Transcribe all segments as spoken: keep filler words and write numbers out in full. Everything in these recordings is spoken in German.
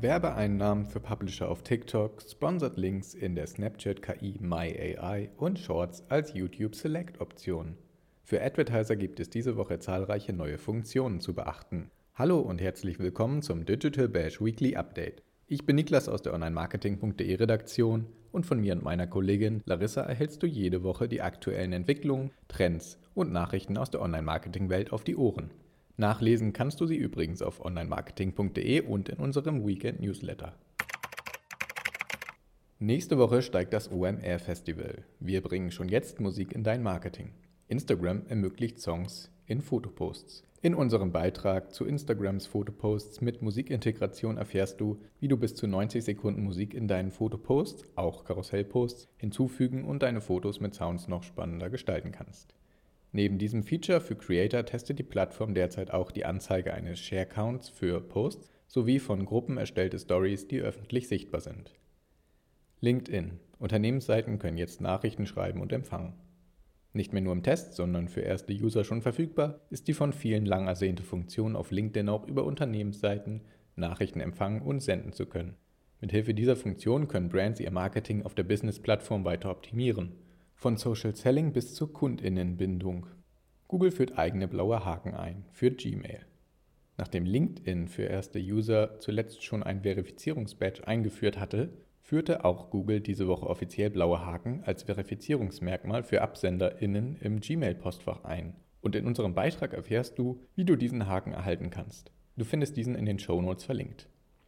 Werbeeinnahmen für Publisher auf TikTok, Sponsored Links in der Snapchat-K I MyAI und Shorts als YouTube Select-Option. Für Advertiser gibt es diese Woche zahlreiche neue Funktionen zu beachten. Hallo und herzlich willkommen zum Digital Bash Weekly Update. Ich bin Niklas aus der online marketing punkt de Redaktion und von mir und meiner Kollegin Larissa erhältst du jede Woche die aktuellen Entwicklungen, Trends und Nachrichten aus der Online-Marketing-Welt auf die Ohren. Nachlesen kannst du sie übrigens auf online marketing punkt de und in unserem Weekend-Newsletter. Nächste Woche steigt das O M R-Festival. Wir bringen schon jetzt Musik in dein Marketing. Instagram ermöglicht Songs in Fotoposts. In unserem Beitrag zu Instagrams Fotoposts mit Musikintegration erfährst du, wie du bis zu neunzig Sekunden Musik in deinen Fotoposts, auch Karussellposts, hinzufügen und deine Fotos mit Sounds noch spannender gestalten kannst. Neben diesem Feature für Creator testet die Plattform derzeit auch die Anzeige eines Share-Counts für Posts sowie von Gruppen erstellte Stories, die öffentlich sichtbar sind. LinkedIn. Unternehmensseiten können jetzt Nachrichten schreiben und empfangen. Nicht mehr nur im Test, sondern für erste User schon verfügbar, ist die von vielen lang ersehnte Funktion auf LinkedIn auch über Unternehmensseiten Nachrichten empfangen und senden zu können. Mithilfe dieser Funktion können Brands ihr Marketing auf der Business-Plattform weiter optimieren. Von Social Selling bis zur KundInnenbindung. Google führt eigene blaue Haken ein für Gmail. Nachdem LinkedIn für erste User zuletzt schon ein Verifizierungsbadge eingeführt hatte, führte auch Google diese Woche offiziell blaue Haken als Verifizierungsmerkmal für AbsenderInnen im Gmail-Postfach ein. Und in unserem Beitrag erfährst du, wie du diesen Haken erhalten kannst. Du findest diesen in den Shownotes verlinkt.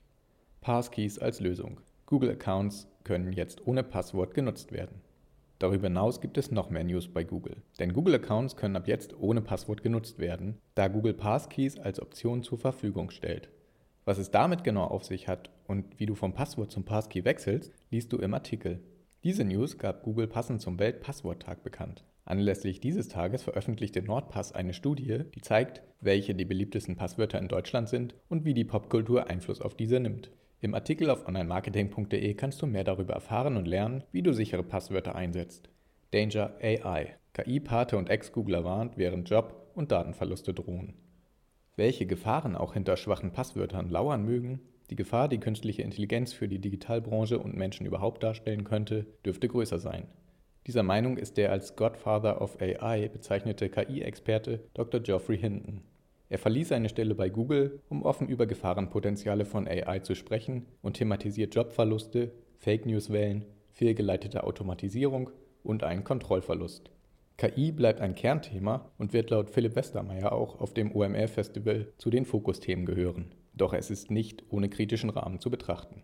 Passkeys als Lösung. Google-Accounts können jetzt ohne Passwort genutzt werden. Darüber hinaus gibt es noch mehr News bei Google. Denn Google-Accounts können ab jetzt ohne Passwort genutzt werden, da Google Passkeys als Option zur Verfügung stellt. Was es damit genau auf sich hat und wie du vom Passwort zum Passkey wechselst, liest du im Artikel. Diese News gab Google passend zum Weltpassworttag bekannt. Anlässlich dieses Tages veröffentlichte Nordpass eine Studie, die zeigt, welche die beliebtesten Passwörter in Deutschland sind und wie die Popkultur Einfluss auf diese nimmt. Im Artikel auf online marketing punkt de kannst du mehr darüber erfahren und lernen, wie du sichere Passwörter einsetzt. Danger A I. K I-Pate und Ex-Googler warnt, während Job- und Datenverluste drohen. Welche Gefahren auch hinter schwachen Passwörtern lauern mögen? Die Gefahr, die künstliche Intelligenz für die Digitalbranche und Menschen überhaupt darstellen könnte, dürfte größer sein. Dieser Meinung ist der als Godfather of A I bezeichnete K I-Experte Doktor Geoffrey Hinton. Er verließ seine Stelle bei Google, um offen über Gefahrenpotenziale von A I zu sprechen und thematisiert Jobverluste, Fake-News-Wellen, fehlgeleitete Automatisierung und einen Kontrollverlust. K I bleibt ein Kernthema und wird laut Philipp Westermeier auch auf dem O M R-Festival zu den Fokusthemen gehören. Doch es ist nicht ohne kritischen Rahmen zu betrachten.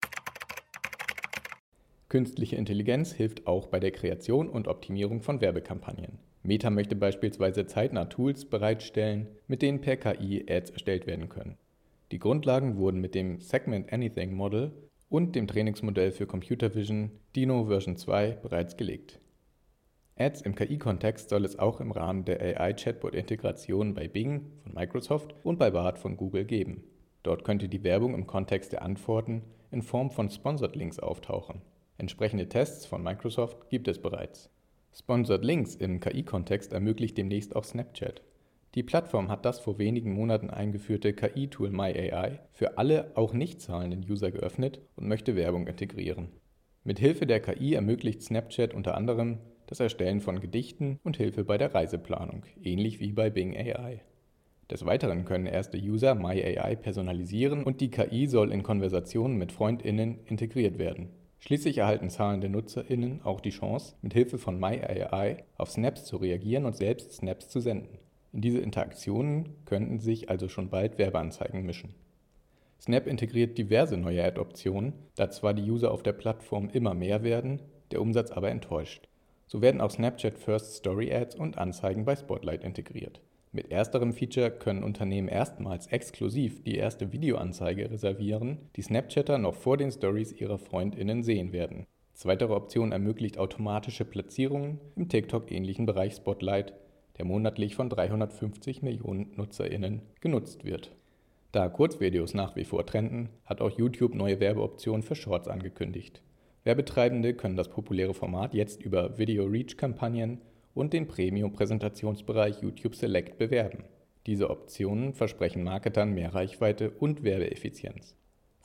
Künstliche Intelligenz hilft auch bei der Kreation und Optimierung von Werbekampagnen. Meta möchte beispielsweise zeitnah Tools bereitstellen, mit denen per K I Ads erstellt werden können. Die Grundlagen wurden mit dem Segment Anything Model und dem Trainingsmodell für Computer Vision Dino Version zwei bereits gelegt. Ads im K I-Kontext soll es auch im Rahmen der A I-Chatbot-Integration bei Bing von Microsoft und bei Bard von Google geben. Dort könnte die Werbung im Kontext der Antworten in Form von Sponsored Links auftauchen. Entsprechende Tests von Microsoft gibt es bereits. Sponsored Links im K I-Kontext ermöglicht demnächst auch Snapchat. Die Plattform hat das vor wenigen Monaten eingeführte K I-Tool MyAI für alle auch nicht zahlenden User geöffnet und möchte Werbung integrieren. Mithilfe der K I ermöglicht Snapchat unter anderem das Erstellen von Gedichten und Hilfe bei der Reiseplanung, ähnlich wie bei Bing A I. Des Weiteren können erste User MyAI personalisieren und die K I soll in Konversationen mit FreundInnen integriert werden. Schließlich erhalten zahlende NutzerInnen auch die Chance, mit Hilfe von MyAI auf Snaps zu reagieren und selbst Snaps zu senden. In diese Interaktionen könnten sich also schon bald Werbeanzeigen mischen. Snap integriert diverse neue Ad-Optionen, da zwar die User auf der Plattform immer mehr werden, der Umsatz aber enttäuscht. So werden auch Snapchat First Story Ads und Anzeigen bei Spotlight integriert. Mit ersterem Feature können Unternehmen erstmals exklusiv die erste Videoanzeige reservieren, die Snapchatter noch vor den Stories ihrer FreundInnen sehen werden. Zweitere Option ermöglicht automatische Platzierungen im TikTok-ähnlichen Bereich Spotlight, der monatlich von dreihundertfünfzig Millionen NutzerInnen genutzt wird. Da Kurzvideos nach wie vor trenden, hat auch YouTube neue Werbeoptionen für Shorts angekündigt. Werbetreibende können das populäre Format jetzt über Video-Reach-Kampagnen und den Premium-Präsentationsbereich YouTube Select bewerben. Diese Optionen versprechen Marketern mehr Reichweite und Werbeeffizienz.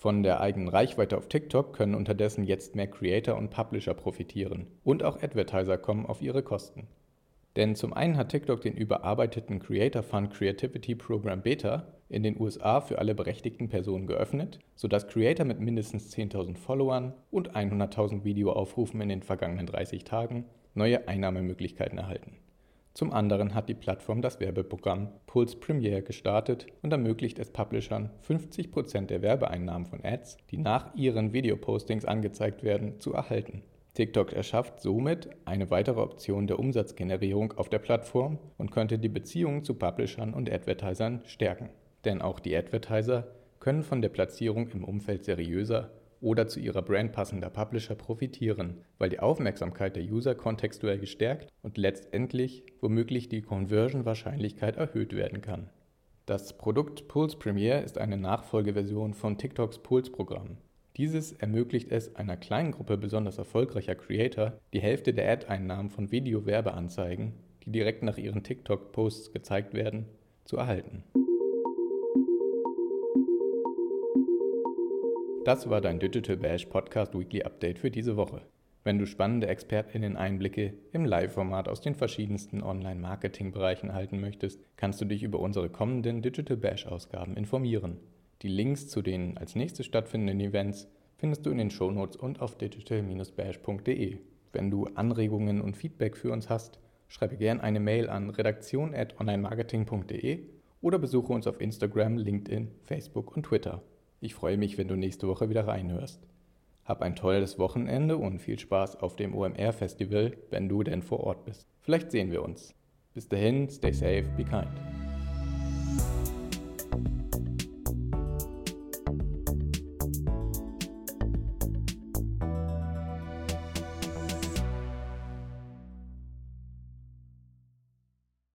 Von der eigenen Reichweite auf TikTok können unterdessen jetzt mehr Creator und Publisher profitieren und auch Advertiser kommen auf ihre Kosten. Denn zum einen hat TikTok den überarbeiteten Creator Fund Creativity Program Beta in den U S A für alle berechtigten Personen geöffnet, sodass Creator mit mindestens zehntausend Followern und hunderttausend Videoaufrufen in den vergangenen dreißig Tagen neue Einnahmemöglichkeiten erhalten. Zum anderen hat die Plattform das Werbeprogramm Pulse Premiere gestartet und ermöglicht es Publishern, fünfzig Prozent der Werbeeinnahmen von Ads, die nach ihren Videopostings angezeigt werden, zu erhalten. TikTok erschafft somit eine weitere Option der Umsatzgenerierung auf der Plattform und könnte die Beziehungen zu Publishern und Advertisern stärken. Denn auch die Advertiser können von der Platzierung im Umfeld seriöser oder zu ihrer Brand passender Publisher profitieren, weil die Aufmerksamkeit der User kontextuell gestärkt und letztendlich womöglich die Conversion-Wahrscheinlichkeit erhöht werden kann. Das Produkt Pulse Premiere ist eine Nachfolgeversion von TikToks Pulse-Programm. Dieses ermöglicht es einer kleinen Gruppe besonders erfolgreicher Creator, die Hälfte der Ad-Einnahmen von Video-Werbeanzeigen, die direkt nach ihren TikTok-Posts gezeigt werden, zu erhalten. Das war dein Digital Bash Podcast Weekly Update für diese Woche. Wenn du spannende ExpertInnen-Einblicke im Live-Format aus den verschiedensten Online-Marketing-Bereichen erhalten möchtest, kannst du dich über unsere kommenden Digital Bash-Ausgaben informieren. Die Links zu den als nächstes stattfindenden Events findest du in den Shownotes und auf digital Bindestrich bash punkt de. Wenn du Anregungen und Feedback für uns hast, schreibe gerne eine Mail an redaktion at onlinemarketing punkt de oder besuche uns auf Instagram, LinkedIn, Facebook und Twitter. Ich freue mich, wenn du nächste Woche wieder reinhörst. Hab ein tolles Wochenende und viel Spaß auf dem O M R-Festival, wenn du denn vor Ort bist. Vielleicht sehen wir uns. Bis dahin, stay safe, be kind.